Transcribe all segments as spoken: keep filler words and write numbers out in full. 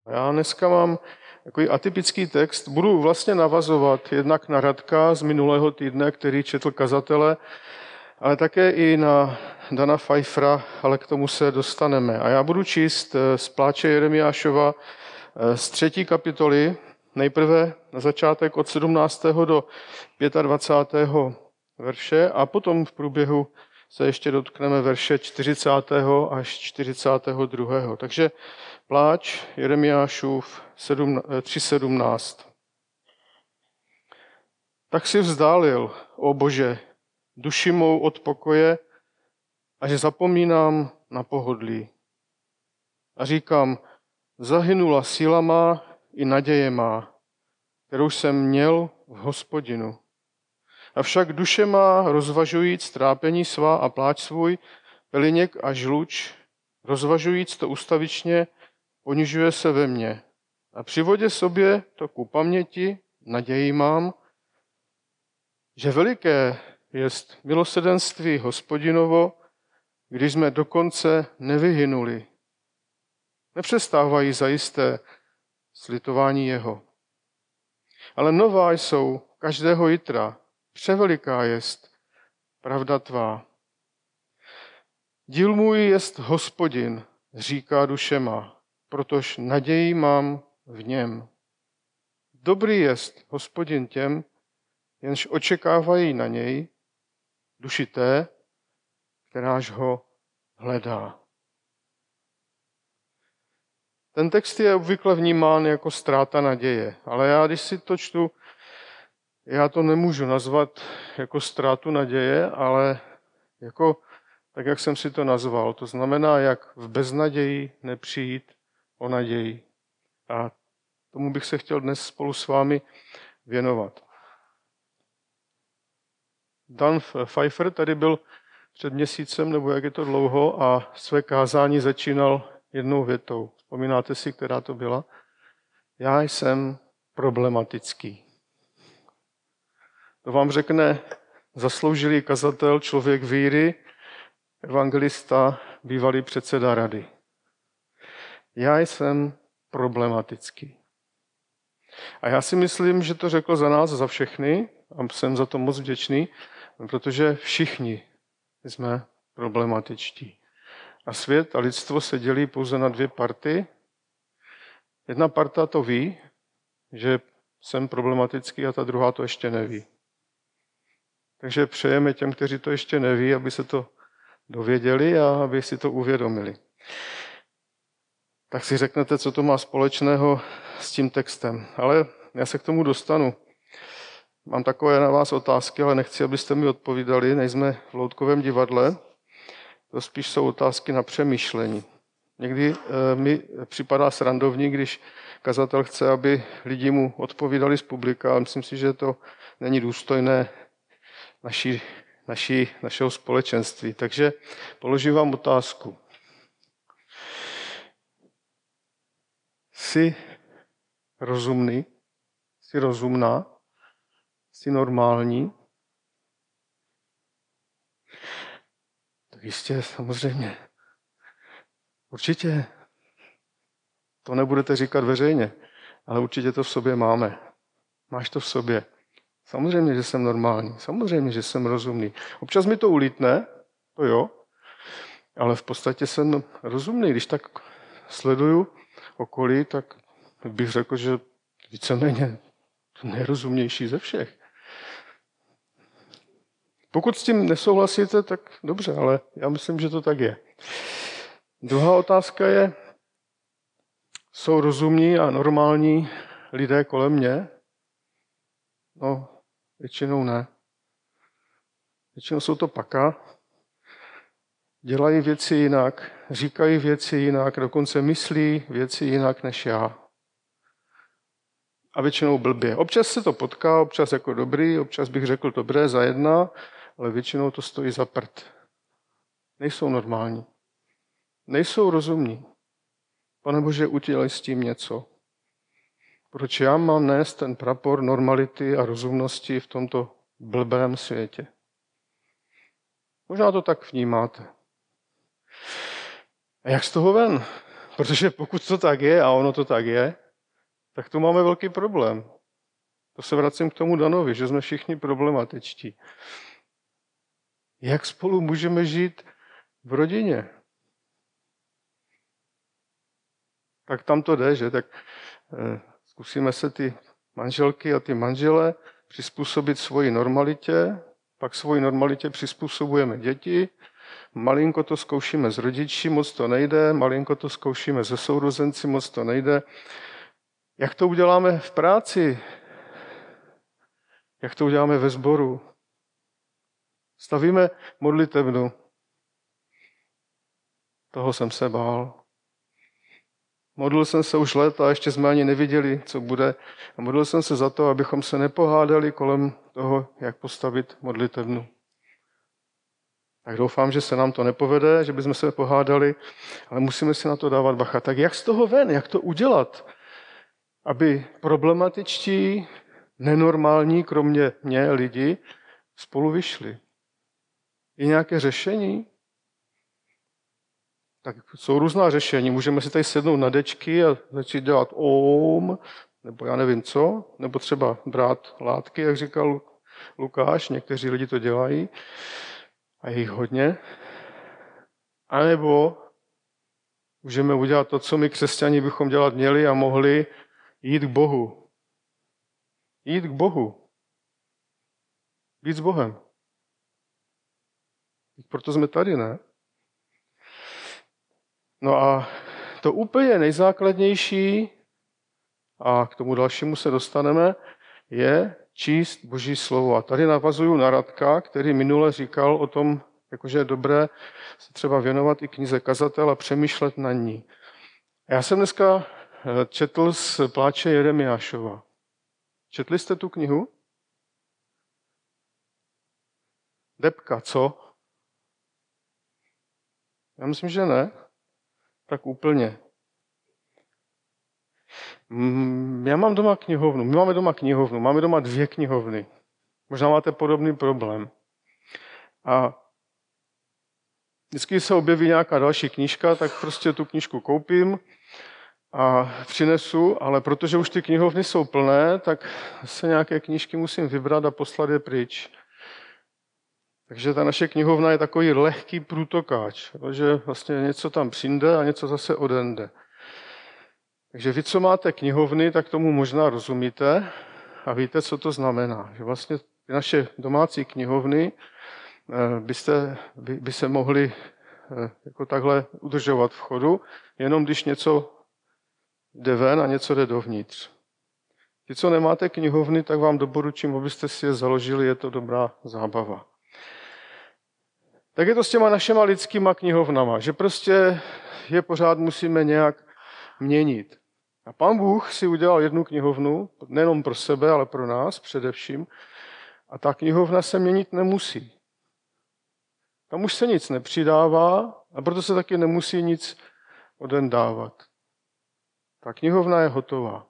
Já dneska mám takový atypický text. Budu vlastně navazovat jednak na Radka z minulého týdne, který četl kazatele, ale také i na Dana Pfeiffera, ale k tomu se dostaneme. A já budu číst z pláče Jeremiášova z třetí kapitoly, nejprve na začátek od sedmnáctého do dvacátého pátého verše a potom v průběhu se ještě dotkneme verše čtyřicátého až čtyřicátého druhého Takže pláč Jeremiášův tři sedmnáct. Tak si vzdálil, ó Bože, duši mou od pokoje, až zapomínám na pohodlí. A říkám, zahynula síla má i naděje má, kterou jsem měl v Hospodinu. Avšak duše má, rozvažujíc trápení svá a pláč svůj, peliněk a žluč, rozvažujíc to ustavičně, ponižuje se ve mně. A při vodě sobě to ku paměti, naději mám, že veliké jest milosedenství Hospodinovo, když jsme dokonce nevyhynuli. Nepřestávají zajisté slitování jeho. Ale nová jsou každého jitra, převeliká jest pravda tvá. Díl můj jest Hospodin, říká duše má, protože naději mám v něm. Dobrý jest Hospodin těm, jenž očekávají na něj, duši té, kteráž ho hledá. Ten text je obvykle vnímán jako ztráta naděje, ale já, když si to čtu, já to nemůžu nazvat jako ztrátu naděje, ale jako tak, jak jsem si to nazval. To znamená, jak v beznaději nepřijít o naději. A tomu bych se chtěl dnes spolu s vámi věnovat. Dan Pfeiffer tady byl před měsícem, nebo jak je to dlouho, a své kázání začínal jednou větou. Vzpomínáte si, která to byla? Já jsem problematický. To vám řekne zasloužilý kazatel, člověk víry, evangelista, bývalý předseda rady. Já jsem problematický. A já si myslím, že to řekl za nás, za všechny, a jsem za to moc vděčný, protože všichni jsme problematičtí. A svět a lidstvo se dělí pouze na dvě party. Jedna parta to ví, že jsem problematický, a ta druhá to ještě neví. Takže přejeme těm, kteří to ještě neví, aby se to dověděli a aby si to uvědomili. Tak si řeknete, co to má společného s tím textem. Ale já se k tomu dostanu. Mám takové na vás otázky, ale nechci, abyste mi odpovídali. Nejsme v loutkovém divadle. To spíš jsou otázky na přemýšlení. Někdy e, mi připadá srandovní, když kazatel chce, aby lidi mu odpovídali z publika, a myslím si, že to není důstojné naší, naší, našeho společenství. Takže položím vám otázku. Jsi rozumný? Jsi rozumná? Jsi normální? Tak jistě, samozřejmě. Určitě to nebudete říkat veřejně, ale určitě to v sobě máme. Máš to v sobě. Samozřejmě, že jsem normální. Samozřejmě, že jsem rozumný. Občas mi to ulítne, to jo, ale v podstatě jsem rozumný. Když tak sleduju okolí, tak bych řekl, že víceméně nejrozumnější ze všech. Pokud s tím nesouhlasíte, tak dobře, ale já myslím, že to tak je. Druhá otázka je, jsou rozumní a normální lidé kolem mě? No, většinou ne. Většinou jsou to paka, dělají věci jinak, říkají věci jinak, dokonce myslí věci jinak než já. A většinou blbě. Občas se to potká, občas jako dobrý, občas bych řekl dobré za jedna, ale většinou to stojí za prd. Nejsou normální. Nejsou rozumní. Pane Bože, udělej s tím něco. Proč já mám nést ten prapor normality a rozumnosti v tomto blbém světě? Možná to tak vnímáte. A jak z toho ven? Protože pokud to tak je, a ono to tak je, tak tu máme velký problém. To se vracím k tomu Danovi, že jsme všichni problematičtí. Jak spolu můžeme žít v rodině? Tak tam to jde, že? Tak eh, zkusíme se ty manželky a ty manžele přizpůsobit svoji normalitě, pak svoji normalitě přizpůsobujeme děti, malinko to zkoušíme s rodiči, moc to nejde, malinko to zkoušíme se sourozenci, moc to nejde. Jak to uděláme v práci? Jak to uděláme ve sboru? Stavíme modlitevnu. Toho jsem se bál. Modlil jsem se už léta a ještě jsme ani neviděli, co bude. A modlil jsem se za to, abychom se nepohádali kolem toho, jak postavit modlitevnu. Tak doufám, že se nám to nepovede, že bychom se pohádali, ale musíme si na to dávat bacha. Tak jak z toho ven, jak to udělat, aby problematičtí, nenormální, kromě mě, lidi, spolu vyšli? Je nějaké řešení? Tak jsou různá řešení. Můžeme si tady sednout na dečky a začít dělat om, nebo já nevím co, nebo třeba brát látky, jak říkal Lukáš, někteří lidi to dělají a je jich hodně. A nebo můžeme udělat to, co my křesťani bychom dělat měli a mohli, jít k Bohu. Jít k Bohu. Být s Bohem. Proto jsme tady, ne? No a to úplně nejzákladnější, a k tomu dalšímu se dostaneme, je číst Boží slovo. A tady navazuju na Radka, který minule říkal o tom, jakože je dobré se třeba věnovat i knize Kazatel a přemýšlet na ní. Já jsem dneska četl z Pláče Jeremiášova. Četli jste tu knihu? Debka, co? Já myslím, že ne. Tak úplně. Já mám doma knihovnu. My máme doma knihovnu. Máme doma dvě knihovny. Možná máte podobný problém. A vždycky se objeví nějaká další knížka, tak prostě tu knížku koupím a přinesu, ale protože už ty knihovny jsou plné, tak se nějaké knížky musím vybrat a poslat je pryč. Takže ta naše knihovna je takový lehký průtokáč, že vlastně něco tam přijde a něco zase odende. Takže vy, co máte knihovny, tak tomu možná rozumíte a víte, co to znamená. Že vlastně ty naše domácí knihovny byste, by, by se mohly jako takhle udržovat v chodu, jenom když něco jde ven a něco jde dovnitř. Ti, co nemáte knihovny, tak vám doporučím, abyste si je založili, je to dobrá zábava. Tak je to s těma našima lidskýma knihovnama, že prostě je pořád musíme nějak měnit. A Pán Bůh si udělal jednu knihovnu, nejenom pro sebe, ale pro nás především. A ta knihovna se měnit nemusí. Tam už se nic nepřidává a proto se taky nemusí nic odendávat. Ta knihovna je hotová.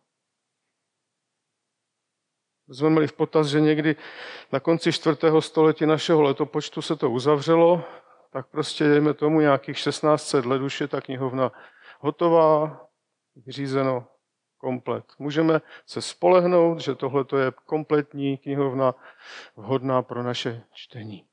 Jsme měli v potaz, že někdy na konci čtvrtého století našeho letopočtu se to uzavřelo, tak prostě dejme tomu nějakých šestnáct set let už je ta knihovna hotová, vyřízeno komplet. Můžeme se spolehnout, že tohle je kompletní knihovna vhodná pro naše čtení.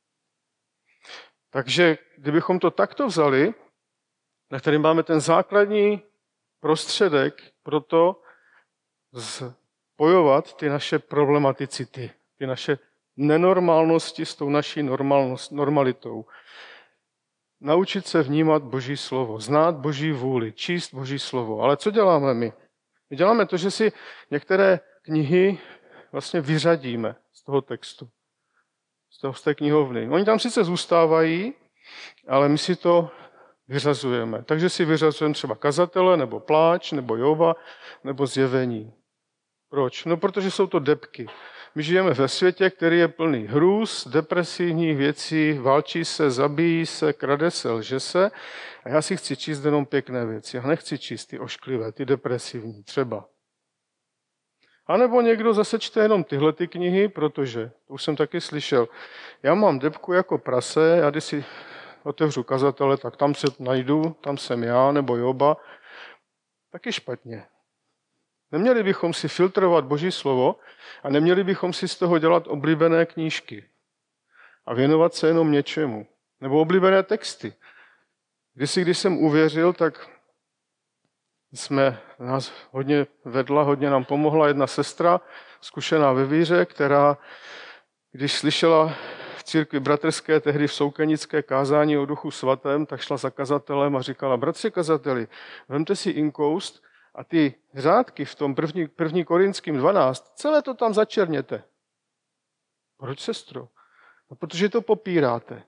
Takže kdybychom to takto vzali, na kterým máme ten základní prostředek pro to spojovat ty naše problematicity, ty naše nenormálnosti s tou naší normalitou. Naučit se vnímat Boží slovo, znát Boží vůli, číst Boží slovo. Ale co děláme my? My děláme to, že si některé knihy vlastně vyřadíme z toho textu, z toho z té knihovny. Oni tam sice zůstávají, ale my si to vyřazujeme. Takže si vyřazujeme třeba Kazatele, nebo Pláč, nebo Jova, nebo Zjevení. Proč? No, protože jsou to debky. My žijeme ve světě, který je plný hrůz, depresivních věcí, válčí se, zabíjí se, krade se, lže se a já si chci číst jenom pěkné věci. Já nechci číst ty ošklivé, ty depresivní třeba. A nebo někdo zase čte jenom tyhle ty knihy, protože, to už jsem taky slyšel, já mám debku jako prase, já když si otevřu kazatele, tak tam se najdu, tam jsem já nebo Joba, taky špatně. Neměli bychom si filtrovat Boží slovo a neměli bychom si z toho dělat oblíbené knížky a věnovat se jenom něčemu. Nebo oblíbené texty. Kdysi, když jsem uvěřil, tak jsme nás hodně vedla, hodně nám pomohla jedna sestra, zkušená ve víře, která, když slyšela v církvi bratrské, tehdy v soukenické kázání o Duchu svatém, tak šla za kazatelem a říkala, bratři kazateli, vemte si inkoust a ty řádky v tom první, první Korinským dvanáct, celé to tam začerněte. Proč, sestro? No, protože to popíráte.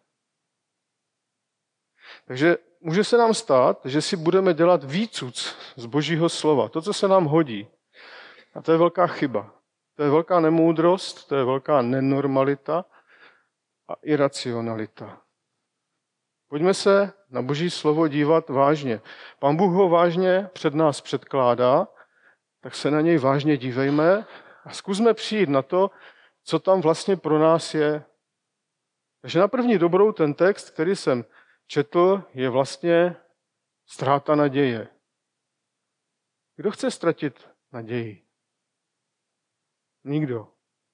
Takže může se nám stát, že si budeme dělat výcuc z Božího slova. To, co se nám hodí. A to je velká chyba. To je velká nemoudrost, to je velká nenormalita a iracionalita. Pojďme se na Boží slovo dívat vážně. Pán Bůh ho vážně před nás předkládá, tak se na něj vážně dívejme a zkusme přijít na to, co tam vlastně pro nás je. Takže na první dobrou ten text, který jsem četl, je vlastně ztráta naděje. Kdo chce ztratit naději? Nikdo.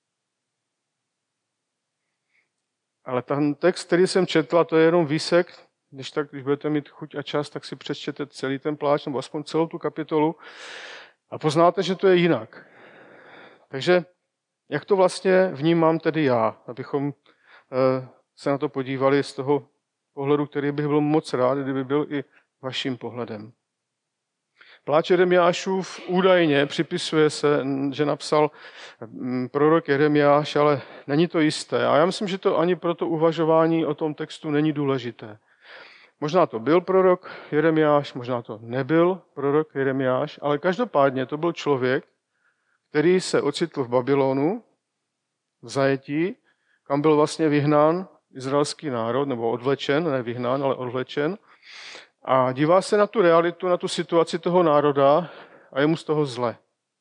Ale ten text, který jsem četl, to je jenom výsek, když, tak, když budete mít chuť a čas, tak si přečtěte celý ten pláč, nebo aspoň celou tu kapitolu a poznáte, že to je jinak. Takže jak to vlastně vnímám tedy já, abychom se na to podívali z toho pohledu, který bych byl moc rád, kdyby byl i vaším pohledem. Pláč Jeremiášův údajně připisuje se, že napsal prorok Jeremiáš, ale není to jisté. A já myslím, že to ani pro to uvažování o tom textu není důležité. Možná to byl prorok Jeremiáš, možná to nebyl prorok Jeremiáš, ale každopádně to byl člověk, který se ocitl v Babylonu, v zajetí, kam byl vlastně vyhnán izraelský národ, nebo odvlečen, ne vyhnán, ale odvlečen. A dívá se na tu realitu, na tu situaci toho národa a je mu z toho zle.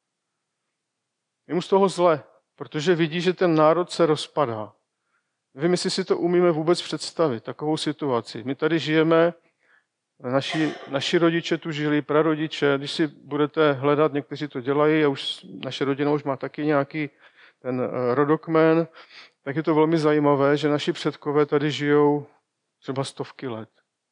Je mu z toho zle, protože vidí, že ten národ se rozpadá. Nevím, jestli si to umíme vůbec představit, takovou situaci. My tady žijeme, naši, naši rodiče tu žili, prarodiče, když si budete hledat, někteří to dělají, a už naše rodina už má taky nějaký ten rodokmen, tak je to velmi zajímavé, že naši předkové tady žijou třeba stovky let.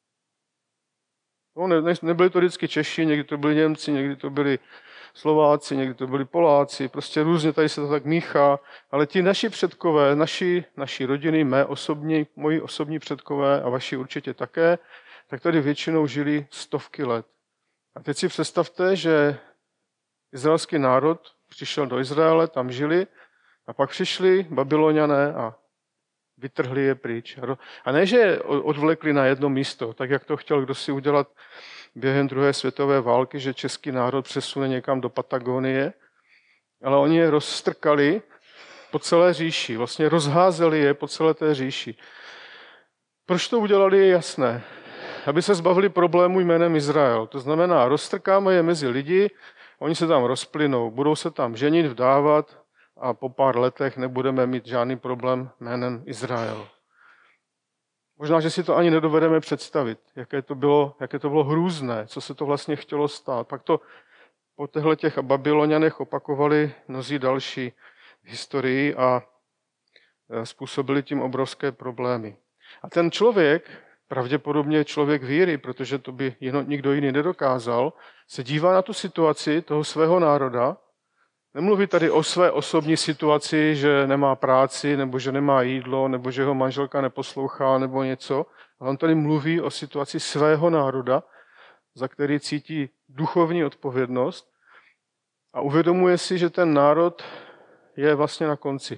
No, ne, ne, nebyli to vždycky Češi, někdy to byli Němci, někdy to byli Slováci, někdy to byli Poláci, prostě různě tady se to tak míchá, ale ti naši předkové, naši, naši rodiny, mé osobní, moji osobní předkové a vaši určitě také, tak tady většinou žili stovky let. A teď si představte, že izraelský národ přišel do Izraele, tam žili, a pak přišli Babyloniané a vytrhli je pryč. A ne, že je odvlekli na jedno místo, tak jak to chtěl kdo si udělat během druhé světové války, že český národ přesune někam do Patagonie, ale oni je rozstrkali po celé říši, vlastně rozházeli je po celé té říši. Proč to udělali, je jasné. Aby se zbavili problému jménem Izrael. To znamená, rozstrkáme je mezi lidi, oni se tam rozplynou, budou se tam ženit, vdávat, a po pár letech nebudeme mít žádný problém jménem Izrael. Možná, že si to ani nedovedeme představit, jaké to bylo, jaké to bylo hrůzné, co se to vlastně chtělo stát. Pak to po těchto těch Babylonianech opakovali mnozí další v historii a způsobili tím obrovské problémy. A ten člověk, pravděpodobně člověk víry, protože to by nikdo jiný nedokázal, se dívá na tu situaci toho svého národa. Nemluví tady o své osobní situaci, že nemá práci, nebo že nemá jídlo, nebo že ho manželka neposlouchá, nebo něco. Ale on tady mluví o situaci svého národa, za který cítí duchovní odpovědnost a uvědomuje si, že ten národ je vlastně na konci.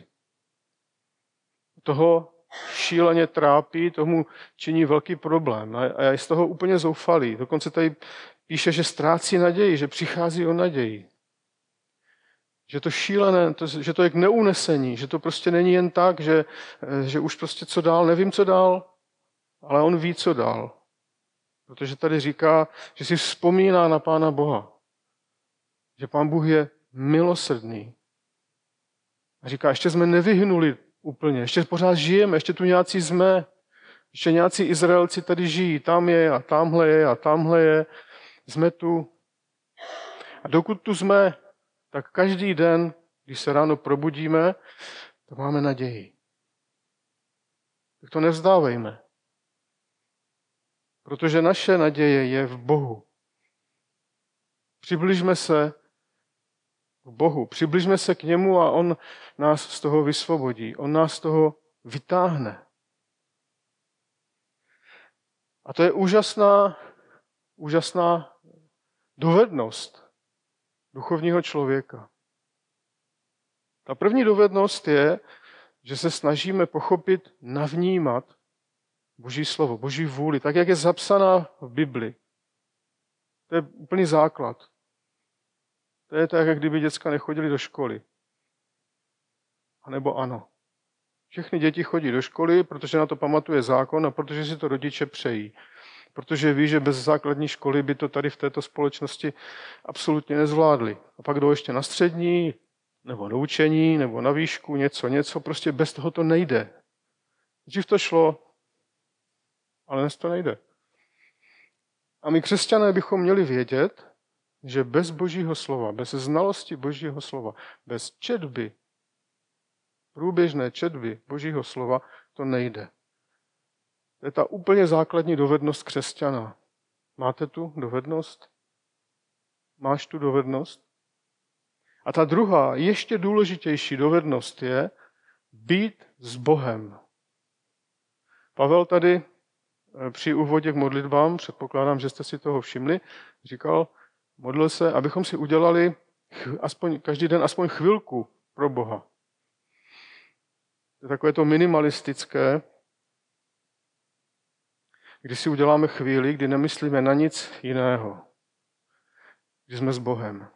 Toho šíleně trápí, tomu činí velký problém a je z toho úplně zoufalý. Dokonce tady píše, že ztrácí naději, že přichází o naději. Že to šílené, to, že to je k neunesení, že to prostě není jen tak, že, že už prostě co dál, nevím co dál, ale on ví co dál. Protože tady říká, že si vzpomíná na Pána Boha. Že Pán Bůh je milosrdný. A říká, ještě jsme nevyhnuli úplně, ještě pořád žijeme, ještě tu nějací jsme. Ještě nějací Izraelci tady žijí, tam je a tamhle je a tamhle je, jsme tu. A dokud tu jsme, tak každý den, když se ráno probudíme, tak máme naději. Tak to nevzdávejme. Protože naše naděje je v Bohu. Přibližme se k Bohu, přibližme se k němu a on nás z toho vysvobodí. On nás z toho vytáhne. A to je úžasná, úžasná dovednost duchovního člověka. Ta první dovednost je, že se snažíme pochopit, navnímat Boží slovo, Boží vůli, tak, jak je zapsaná v Bibli. To je úplný základ. To je tak, jak kdyby děcka nechodili do školy. A nebo ano. Všechny děti chodí do školy, protože na to pamatuje zákon a protože si to rodiče přejí. Protože ví, že bez základní školy by to tady v této společnosti absolutně nezvládli. A pak jdou ještě na střední, nebo do učení, nebo na výšku, něco, něco. Prostě bez toho to nejde. Dřív to šlo, ale dnes to nejde. A my křesťané bychom měli vědět, že bez Božího slova, bez znalosti Božího slova, bez četby, průběžné četby Božího slova, to nejde. To je ta úplně základní dovednost křesťana. Máte tu dovednost? Máš tu dovednost? A ta druhá, ještě důležitější dovednost je být s Bohem. Pavel tady při úvodě k modlitbám, předpokládám, že jste si toho všimli, říkal, modlil se, abychom si udělali aspoň, každý den aspoň chvilku pro Boha. To je takové to minimalistické, kdy si uděláme chvíli, kdy nemyslíme na nic jiného. Kdy jsme s Bohem.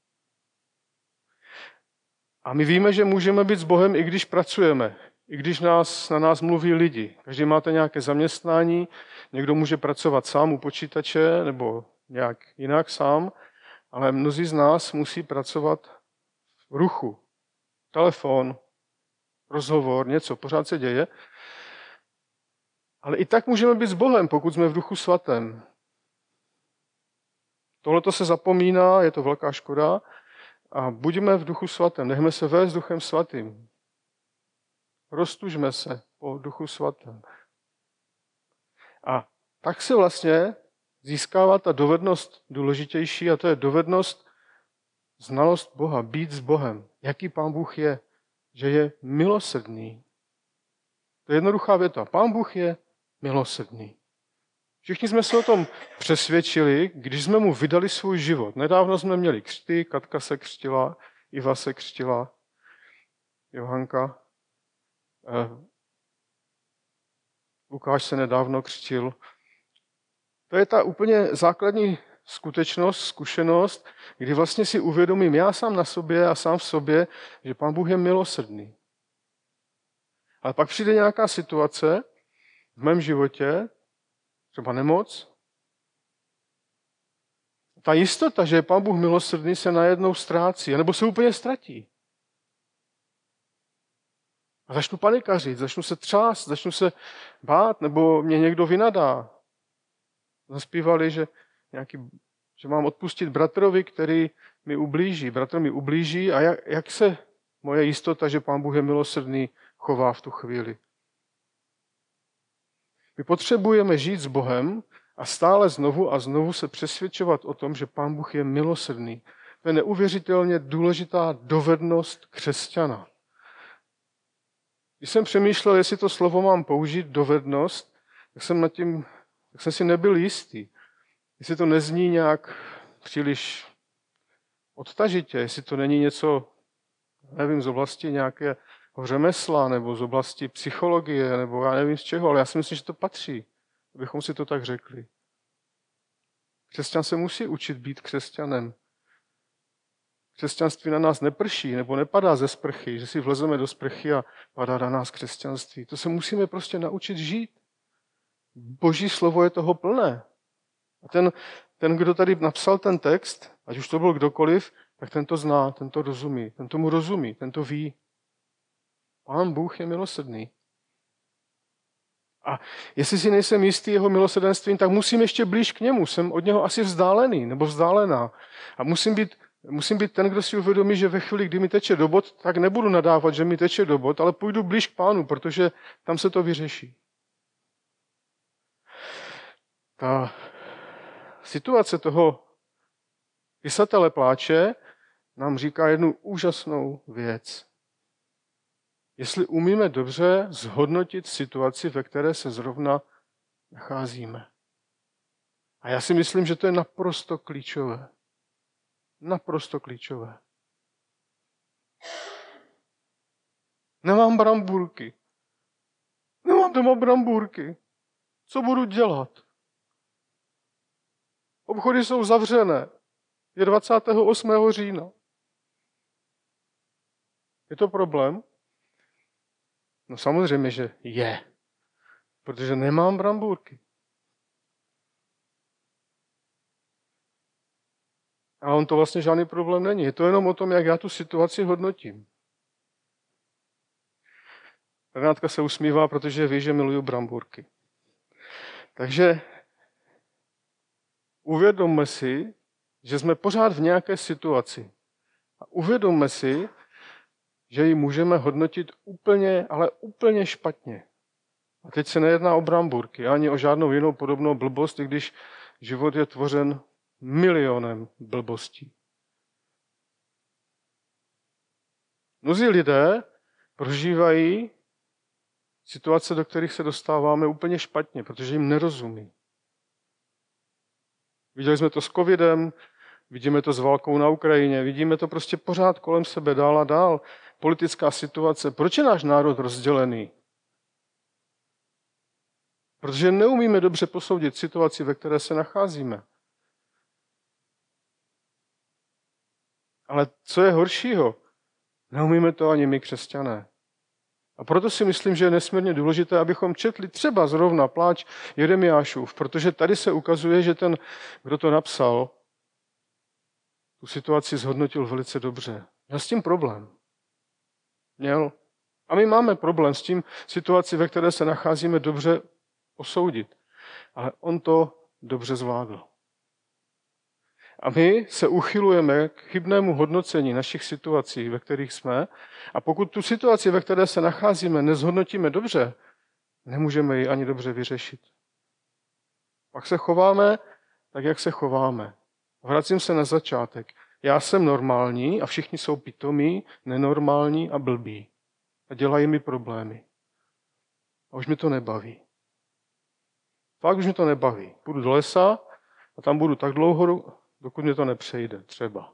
A my víme, že můžeme být s Bohem, i když pracujeme. I když nás, na nás mluví lidi. Každý máte nějaké zaměstnání, někdo může pracovat sám u počítače nebo nějak jinak sám, ale mnozí z nás musí pracovat v ruchu. Telefon, rozhovor, něco, pořád se děje. Ale i tak můžeme být s Bohem, pokud jsme v Duchu Svatém. Tohle to se zapomíná, je to velká škoda. A buďme v Duchu Svatém, nechme se vést Duchem Svatým. Roztužme se po Duchu Svatém. A tak se vlastně získává ta dovednost důležitější, a to je dovednost znalost Boha, být s Bohem. Jaký Pán Bůh je? Že je milosrdný. To je jednoduchá věta. Pán Bůh je milosrdný. Všichni jsme se o tom přesvědčili, když jsme mu vydali svůj život. Nedávno jsme měli křty, Katka se křtila, Iva se křtila, Johanka. Eh, Lukáš se nedávno křtil. To je ta úplně základní skutečnost, zkušenost, kdy vlastně si uvědomím já sám na sobě a sám v sobě, že Pán Bůh je milosrdný. Ale pak přijde nějaká situace v mém životě, třeba nemoc. Ta jistota, že je Pán Bůh milosrdný, se najednou ztrácí, nebo se úplně ztratí. A začnu panikařit, začnu se třást, začnu se bát, nebo mě někdo vynadá. Zaspívali, že, nějaký, že mám odpustit bratrovi, který mi ublíží. Bratr mi ublíží a jak, jak se moje jistota, že Pán Bůh je milosrdný, chová v tu chvíli. My potřebujeme žít s Bohem a stále znovu a znovu se přesvědčovat o tom, že Pán Bůh je milosrdný. To je neuvěřitelně důležitá dovednost křesťana. Když jsem přemýšlel, jestli to slovo mám použít, dovednost, tak jsem nad tím, tak jsem si nebyl jistý. Jestli to nezní nějak příliš odtažitě, jestli to není něco, nevím, z oblasti nějakého řemesla, nebo z oblasti psychologie, nebo já nevím z čeho, ale já si myslím, že to patří, abychom si to tak řekli. Křesťan se musí učit být křesťanem. Křesťanství na nás neprší, nebo nepadá ze sprchy, že si vlezeme do sprchy a padá na nás křesťanství. To se musíme prostě naučit žít. Boží slovo je toho plné. A ten, ten, kdo tady napsal ten text, ať už to byl kdokoliv, tak ten to zná, ten to rozumí, ten tomu rozumí, ten to ví. Pán Bůh je milosrdný. A jestli si nejsem jistý jeho milosrdenstvím, tak musím ještě blíž k němu. Jsem od něho asi vzdálený nebo vzdálená. A musím být, musím být ten, kdo si uvědomí, že ve chvíli, kdy mi teče do bod, tak nebudu nadávat, že mi teče do bod, ale půjdu blíž k Pánu, protože tam se to vyřeší. Ta situace toho pisatele pláče nám říká jednu úžasnou věc. Jestli umíme dobře zhodnotit situaci, ve které se zrovna nacházíme. A já si myslím, že to je naprosto klíčové. Naprosto klíčové. Nemám brambůrky. Nemám doma brambůrky. Co budu dělat? Obchody jsou zavřené. Je dvacátého osmého října. Je to problém? No samozřejmě, že je. Protože nemám brambůrky. A on to vlastně žádný problém není. Je to jenom o tom, jak já tu situaci hodnotím. Renátka se usmívá, protože ví, že miluju brambůrky. Takže uvědomme si, že jsme pořád v nějaké situaci. A uvědomme si, že ji můžeme hodnotit úplně, ale úplně špatně. A teď se nejedná o brambůrky, ani o žádnou jinou podobnou blbost, i když život je tvořen milionem blbostí. Mnozí lidé prožívají situace, do kterých se dostáváme úplně špatně, protože jim nerozumí. Viděli jsme to s covidem, vidíme to s válkou na Ukrajině, vidíme to prostě pořád kolem sebe dál a dál. Politická situace. Proč je náš národ rozdělený? Protože neumíme dobře posoudit situaci, ve které se nacházíme. Ale co je horšího? Neumíme to ani my, křesťané. A proto si myslím, že je nesmírně důležité, abychom četli třeba zrovna pláč Jeremiášův, protože tady se ukazuje, že ten, kdo to napsal, tu situaci zhodnotil velice dobře. Měl s tím problém. Měl. A my máme problém s tím situaci, ve které se nacházíme, dobře posoudit. Ale on to dobře zvládl. A my se uchylujeme k chybnému hodnocení našich situací, ve kterých jsme. A pokud tu situaci, ve které se nacházíme, nezhodnotíme dobře, nemůžeme ji ani dobře vyřešit. Pak se chováme tak, jak se chováme. Vracím se na začátek. Já jsem normální a všichni jsou pitomí, nenormální a blbí. A dělají mi problémy. A už mi to nebaví. Fakt už mi to nebaví. Půjdu do lesa a tam budu tak dlouho, dokud mě to nepřejde, třeba.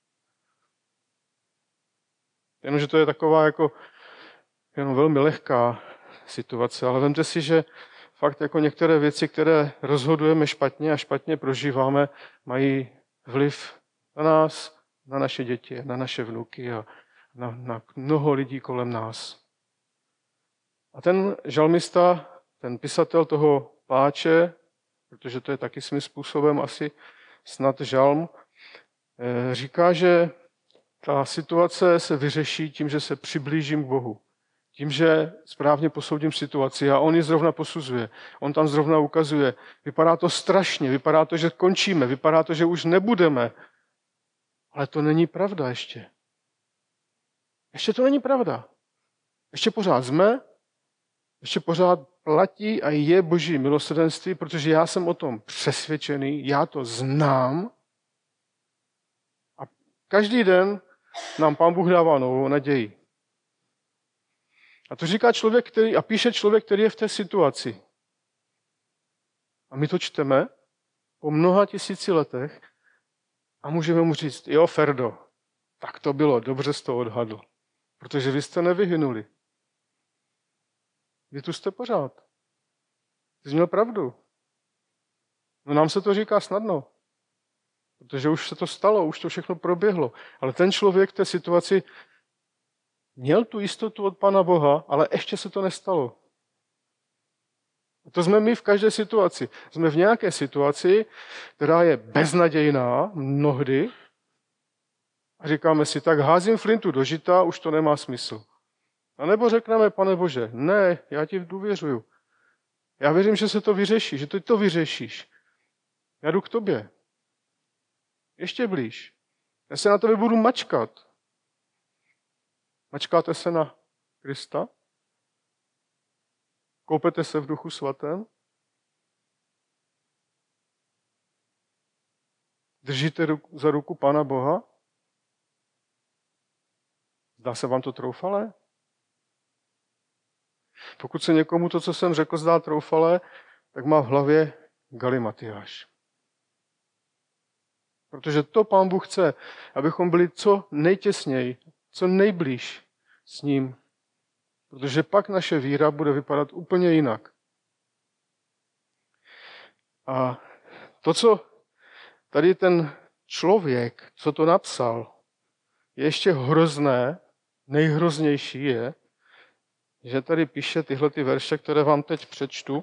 Jenomže to je taková jako jenom velmi lehká situace, ale vemte si, že fakt jako některé věci, které rozhodujeme špatně a špatně prožíváme, mají vliv na nás, na naše děti, na naše vnuky a na, na mnoho lidí kolem nás. A ten žalmista, ten pisatel toho pláče, protože to je taky svým způsobem asi snad žalm, říká, že ta situace se vyřeší tím, že se přiblížím k Bohu. Tím, že správně posoudím situaci a on ji zrovna posuzuje. On tam zrovna ukazuje. Vypadá to strašně, vypadá to, že končíme, vypadá to, že už nebudeme. Ale to není pravda ještě. Ještě to není pravda. Ještě pořád jsme, ještě pořád platí a je Boží milosrdenství, protože já jsem o tom přesvědčený, já to znám. A každý den nám Pán Bůh dává novou naději. A to říká člověk, který, a píše člověk, který je v té situaci. A my to čteme po mnoha tisíci letech a můžeme mu říct, jo, Ferdo, tak to bylo, dobře jsi to odhadl. Protože vy jste nevyhynuli. Vy tu jste pořád. Ty jsi měl pravdu. No nám se to říká snadno. Protože už se to stalo, už to všechno proběhlo. Ale ten člověk v té situaci měl tu jistotu od Pana Boha, ale ještě se to nestalo. A to jsme my v každé situaci. Jsme v nějaké situaci, která je beznadějná mnohdy a říkáme si, tak házím flintu do žita, už to nemá smysl. A nebo řekneme, Pane Bože, ne, já ti důvěřuju. Já věřím, že se to vyřeší, že ty to vyřešíš. Já jdu k tobě. Ještě blíž. Já se na tebe budu mačkat. Mačkáte se na Krista? Koupete se v Duchu Svatém? Držíte za ruku Pána Boha? Zdá se vám to troufalé? Pokud se někomu to, co jsem řekl, zdá troufalé, tak má v hlavě Galimatiáš. Protože to Pán Bůh chce, abychom byli co nejtěsněji, co nejblíž s ním. Protože pak naše víra bude vypadat úplně jinak. A to, co tady ten člověk, co to napsal, je ještě hrozné, nejhroznější je, že tady píše tyhle ty verše, které vám teď přečtu.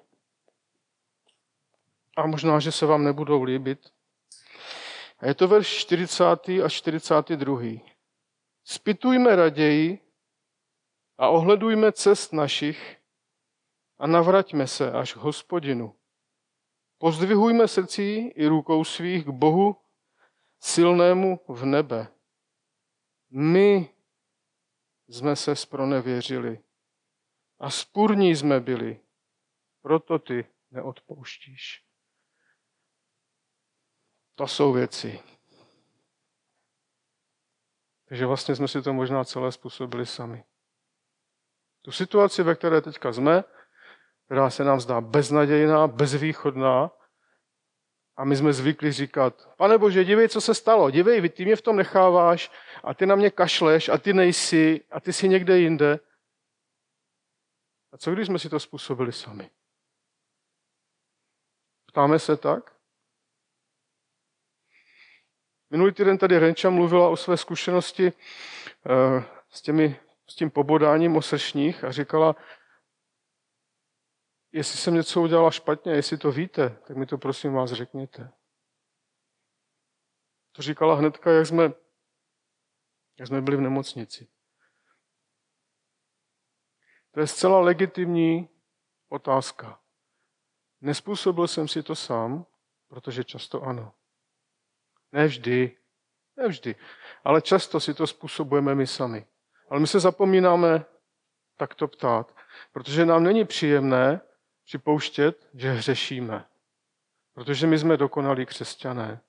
A možná, že se vám nebudou líbit. A je to verš čtyřicátý a čtyřicátý druhý. Zpytujme raději a ohledujme cest našich a navraťme se až k Hospodinu. Pozdvihujme srdcí i rukou svých k Bohu silnému v nebe. My jsme se zpronevěřili a spurní jsme byli, proto ty neodpouštíš. To jsou věci. Takže vlastně jsme si to možná celé způsobili sami. Tu situaci, ve které teďka jsme, která se nám zdá beznadějná, bezvýchodná, a my jsme zvykli říkat, Pane Bože, dívej, co se stalo, dívej, ty mě v tom necháváš a ty na mě kašleš a ty nejsi a ty jsi někde jinde. A co když jsme si to způsobili sami? Ptáme se tak? Minulý týden tady Renča mluvila o své zkušenosti uh, s, těmi, s tím pobodáním o sršních a říkala, jestli jsem něco udělala špatně, jestli to víte, tak mi to prosím vás řekněte. To říkala hnedka, jak jsme, jak jsme byli v nemocnici. To je zcela legitimní otázka. Nespůsobil jsem si to sám, protože často ano. Ne vždy, ne vždy, ale často si to způsobujeme my sami. Ale my se zapomínáme takto ptát, protože nám není příjemné připouštět, že hřešíme. Protože my jsme dokonalí křesťané.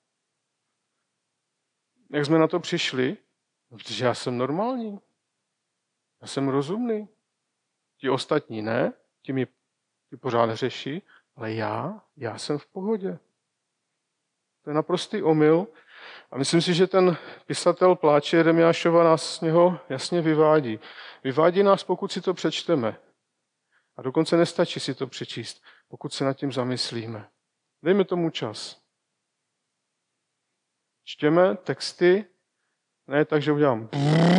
Jak jsme na to přišli? Protože já jsem normální. Já jsem rozumný. Ti ostatní ne, ti mi ti pořád hřeší, ale já, já jsem v pohodě. To je naprostý omyl a myslím si, že ten pisatel pláče Jeremiášova nás z něho jasně vyvádí. Vyvádí nás, pokud si to přečteme. A dokonce nestačí si to přečíst, pokud se nad tím zamyslíme. Dejme tomu čas. Čtěme texty, ne tak, že udělám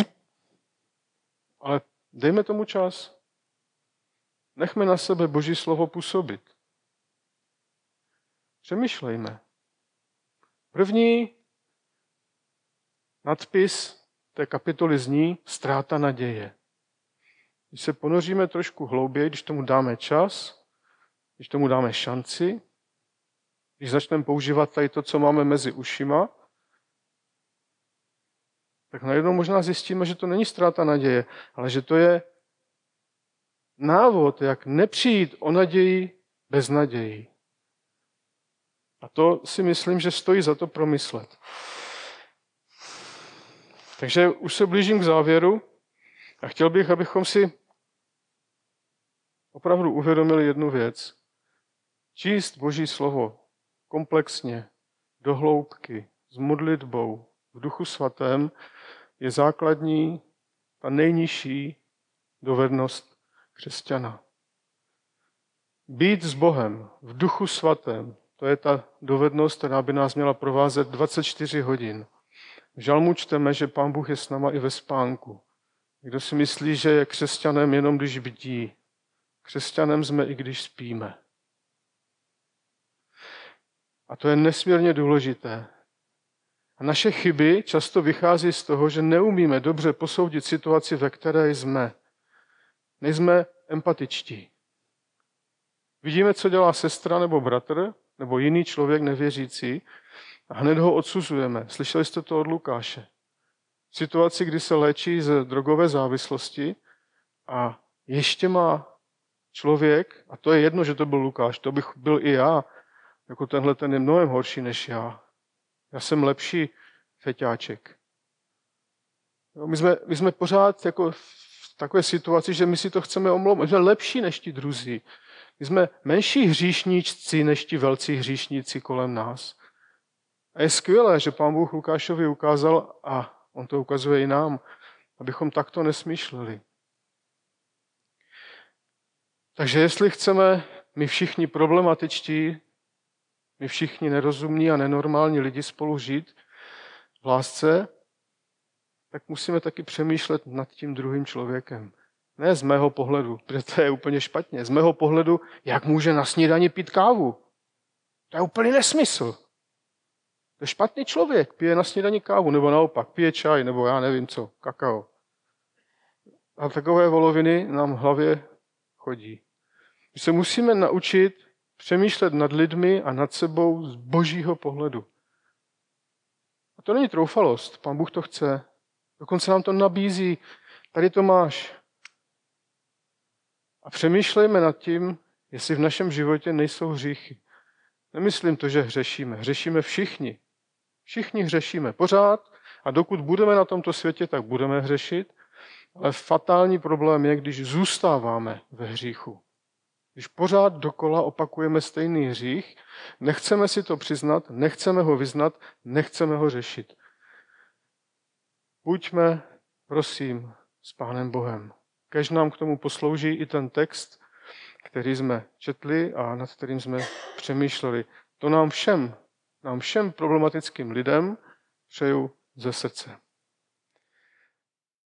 ale dejme tomu čas. Nechme na sebe Boží slovo působit. Přemýšlejme. První nadpis té kapitoly zní ztráta naděje. Když se ponoříme trošku hlouběji, když tomu dáme čas, když tomu dáme šanci, když začneme používat tady to, co máme mezi ušima, tak najednou možná zjistíme, že to není ztráta naděje, ale že to je návod, jak nepřijít o naději bez naději. A to si myslím, že stojí za to promyslet. Takže už se blížím k závěru a chtěl bych, abychom si opravdu uvědomili jednu věc. Číst Boží slovo komplexně, do hloubky, s modlitbou, v Duchu Svatém je základní, ta nejnižší dovednost křesťana. Být s Bohem v Duchu Svatém, to je ta dovednost, která by nás měla provázet dvacet čtyři hodin. V žalmu čteme, že Pán Bůh je s náma i ve spánku. Kdo si myslí, že je křesťanem jenom když bdí, křesťanem jsme i když spíme. A to je nesmírně důležité. A naše chyby často vychází z toho, že neumíme dobře posoudit situaci, ve které jsme. Nejsme empatičtí. Vidíme, co dělá sestra nebo bratr, nebo jiný člověk nevěřící a hned ho odsuzujeme. Slyšeli jste to od Lukáše. V situaci, kdy se léčí z drogové závislosti a ještě má člověk, a to je jedno, že to byl Lukáš, to bych byl i já, jako tenhle ten je mnohem horší než já. Já jsem lepší feťáček. My jsme, my jsme pořád jako v takové situaci, že my si to chceme omlouvat. My jsme lepší než ti druzí. My jsme menší hříšníci než ti velcí hříšníci kolem nás. A je skvělé, že Pán Bůh Lukášovi ukázal, a on to ukazuje i nám, abychom takto nesmýšleli. Takže jestli chceme my všichni problematičtí, my všichni nerozumní a nenormální lidi spolu žít v lásce, tak musíme taky přemýšlet nad tím druhým člověkem. Ne z mého pohledu, protože to je úplně špatně. Z mého pohledu, jak může na snídani pít kávu. To je úplný nesmysl. To je špatný člověk, pije na snídani kávu, nebo naopak, pije čaj, nebo já nevím co, kakao. A takové voloviny nám v hlavě chodí. My se musíme naučit přemýšlet nad lidmi a nad sebou z božího pohledu. A to není troufalost, Pán Bůh to chce. Dokonce nám to nabízí, tady to máš. A přemýšlejme nad tím, jestli v našem životě nejsou hříchy. Nemyslím to, že hřešíme. Hřešíme všichni. Všichni hřešíme pořád a dokud budeme na tomto světě, tak budeme hřešit. Ale fatální problém je, když zůstáváme ve hříchu. Když pořád dokola opakujeme stejný hřích, nechceme si to přiznat, nechceme ho vyznat, nechceme ho řešit. Buďme, prosím, s Pánem Bohem. Kéž nám k tomu poslouží i ten text, který jsme četli a nad kterým jsme přemýšleli. To nám všem, nám všem problematickým lidem přeju ze srdce.